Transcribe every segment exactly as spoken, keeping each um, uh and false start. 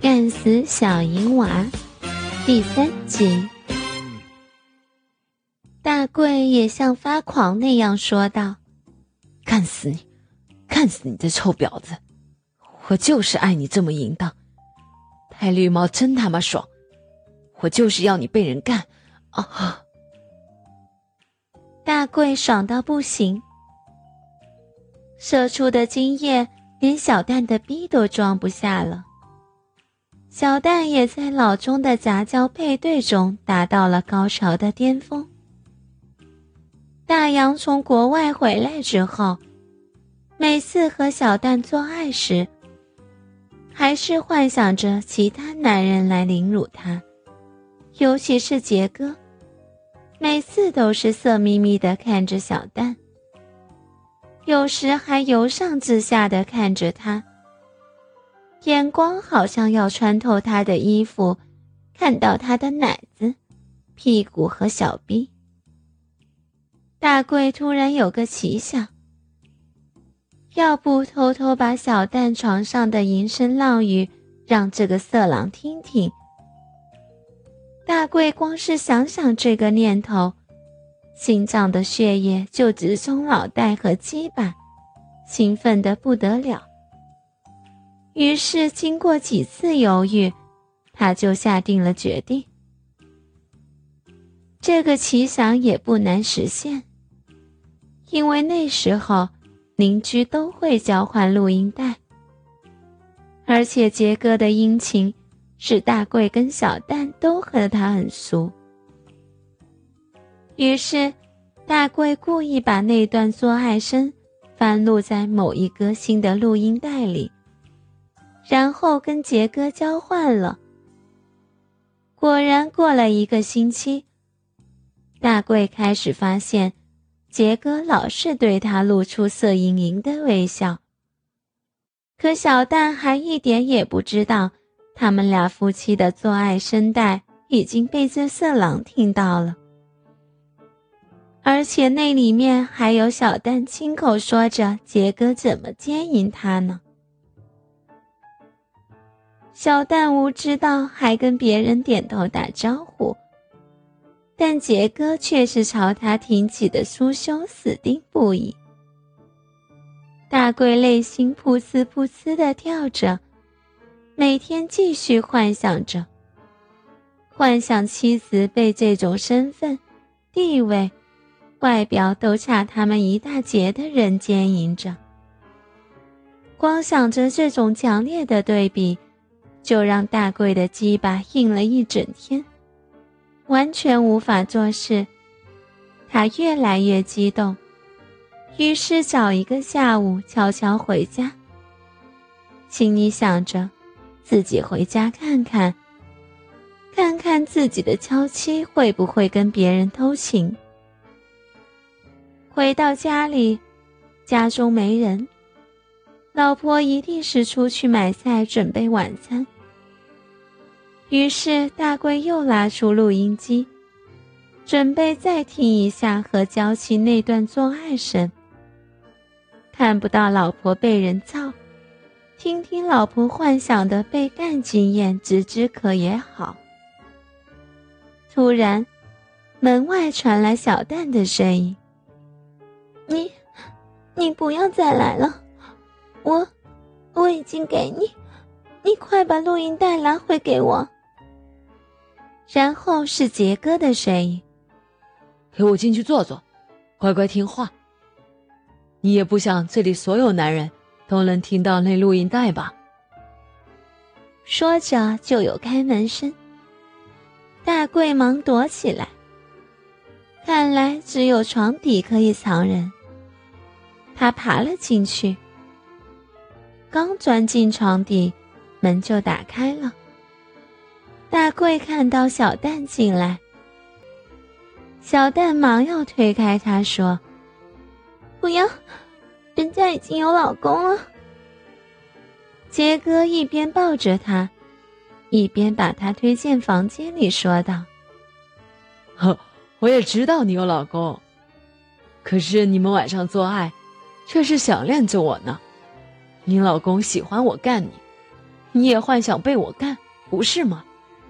干死小银娃第三集。大贵也像发狂那样说道： 干死你，干死你这臭婊子，我就是爱你这么淫荡，拍绿帽真他妈爽，我就是要你被人干啊！ 大贵爽到不行，射出的精液连小蛋的逼都装不下了。小蛋也在老钟的杂交配对中达到了高潮的巅峰。大洋从国外回来之后，每次和小蛋做爱时，还是幻想着其他男人来凌辱他，尤其是杰哥，每次都是色眯眯地看着小蛋，有时还由上至下地看着他，眼光好像要穿透他的衣服，看到他的奶子、屁股和小臂。大贵突然有个奇想，要不偷偷把小蛋床上的淫声浪语让这个色狼听听。大贵光是想想这个念头，心脏的血液就直冲脑袋和鸡巴，兴奋得不得了。于是经过几次犹豫，他就下定了决定。这个奇想也不难实现，因为那时候邻居都会交换录音带，而且杰哥的殷勤使大贵跟小蛋都和他很熟。于是大贵故意把那段做爱声翻录在某一歌星的录音带里，然后跟杰哥交换了。果然过了一个星期，大贵开始发现杰哥老是对他露出色盈盈的微笑，可小蛋还一点也不知道他们俩夫妻的做爱声带已经被这色狼听到了，而且那里面还有小蛋亲口说着杰哥怎么奸淫他呢。小蛋无知道还跟别人点头打招呼，但杰哥却是朝他挺起的酥胸死盯不已。大贵内心噗呲噗呲地跳着，每天继续幻想着，幻想妻子被这种身份、地位、外表都差他们一大截的人奸淫着。光想着这种强烈的对比，就让大贵的鸡巴硬了一整天，完全无法做事。他越来越激动，于是找一个下午悄悄回家。心里想着自己回家看看，看看自己的娇妻会不会跟别人偷情。回到家里，家中没人，老婆一定是出去买菜准备晚餐。于是大贵又拉出录音机，准备再听一下和娇妻那段做爱声。看不到老婆被人操，听听老婆幻想的被干经验，止止渴也好。突然门外传来小蛋的声音：你你不要再来了，我我已经给你，你快把录音带拿回给我。然后是杰哥的声音： 陪我进去坐坐，乖乖听话。你也不想这里所有男人都能听到那录音带吧？ 说着就有开门声，大贵忙躲起来，看来只有床底可以藏人。他爬了进去，刚钻进床底，门就打开了。大贵看到小蛋进来，小蛋忙要推开他说：不要，人家已经有老公了。杰哥一边抱着他，一边把他推进房间里说道： 呵，我也知道你有老公，可是你们晚上做爱却是想恋着我呢。你老公喜欢我干你， 你也幻想被我干，不是吗？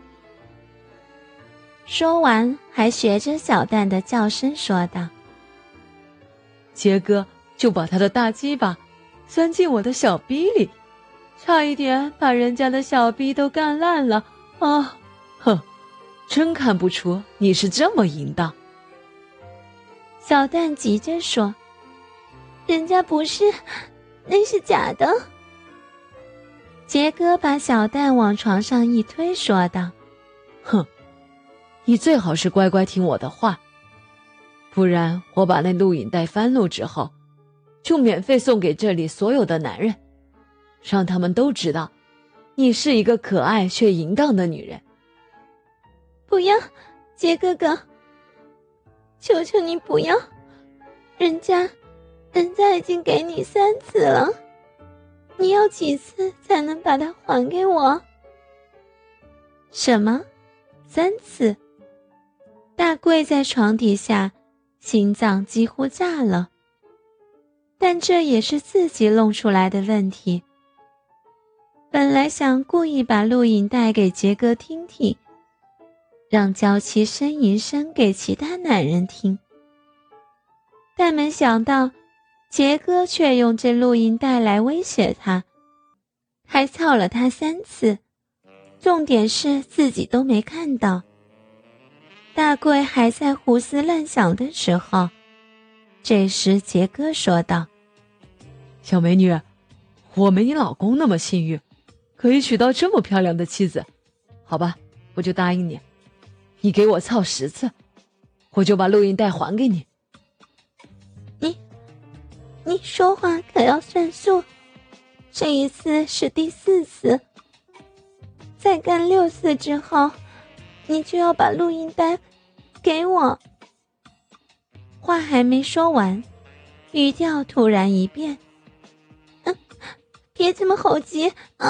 说完，还学着小蛋的叫声说道： 杰哥就把他的大鸡巴钻进我的小逼里，差一点把人家的小逼都干烂了啊！哼，真看不出你是这么淫荡。 小蛋急着说：人家不是，那是假的。杰哥把小蛋往床上一推，说道： 哼，你最好是乖乖听我的话，不然我把那录影带翻录之后，就免费送给这里所有的男人，让他们都知道你是一个可爱却淫荡的女人。 不要，杰哥哥，求求你不要，人家人家已经给你三次了，你要几次才能把它还给我？什么？三次？大跪在床底下，心脏几乎炸了。但这也是自己弄出来的问题。本来想故意把录影带给杰哥听听，让娇妻呻吟声给其他男人听，但没想到杰哥却用这录音带来威胁他，还操了他三次，重点是自己都没看到。大贵还在胡思乱想的时候，这时杰哥说道： 小美女，我没你老公那么幸运，可以娶到这么漂亮的妻子，好吧，我就答应你，你给我操十次，我就把录音带还给你。 你你说话可要算数，这一次是第四次，再干六次之后，你就要把录音带给我。话还没说完，语调突然一变，嗯，别这么猴急啊！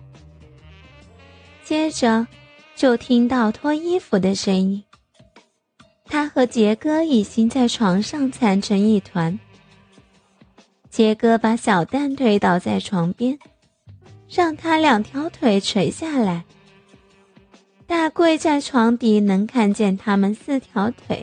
接着就听到脱衣服的声音，他和杰哥已经在床上缠成一团。杰哥把小蛋推倒在床边，让他两条腿垂下来。大贵在床底能看见他们四条腿。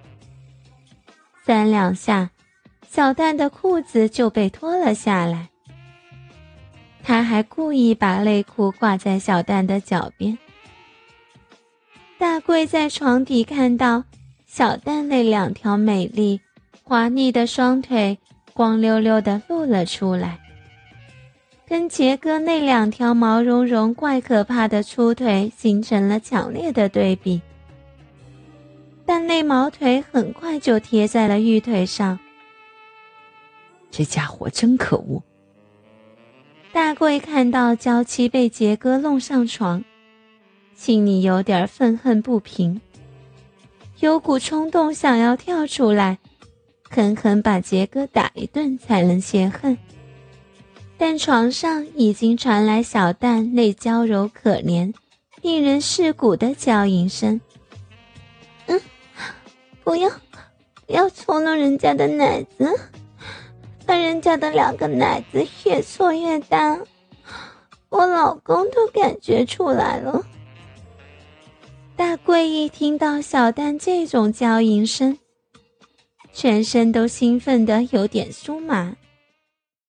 三两下，小蛋的裤子就被脱了下来。他还故意把内裤挂在小蛋的脚边。大贵在床底看到小蛋那两条美丽滑腻的双腿光溜溜地露了出来，跟杰哥那两条毛茸茸怪可怕的粗腿形成了强烈的对比。但那毛腿很快就贴在了玉腿上。 这家伙真可恶。 大贵看到娇妻被杰哥弄上床，心里有点愤恨不平，有股冲动想要跳出来狠狠把杰哥打一顿才能泄恨。但床上已经传来小蛋那娇柔可怜令人蚀骨的娇吟声。嗯，不要不要搓弄人家的奶子，把人家的两个奶子越搓越大，我老公都感觉出来了。大贵一听到小蛋这种娇吟声，全身都兴奋得有点酥麻。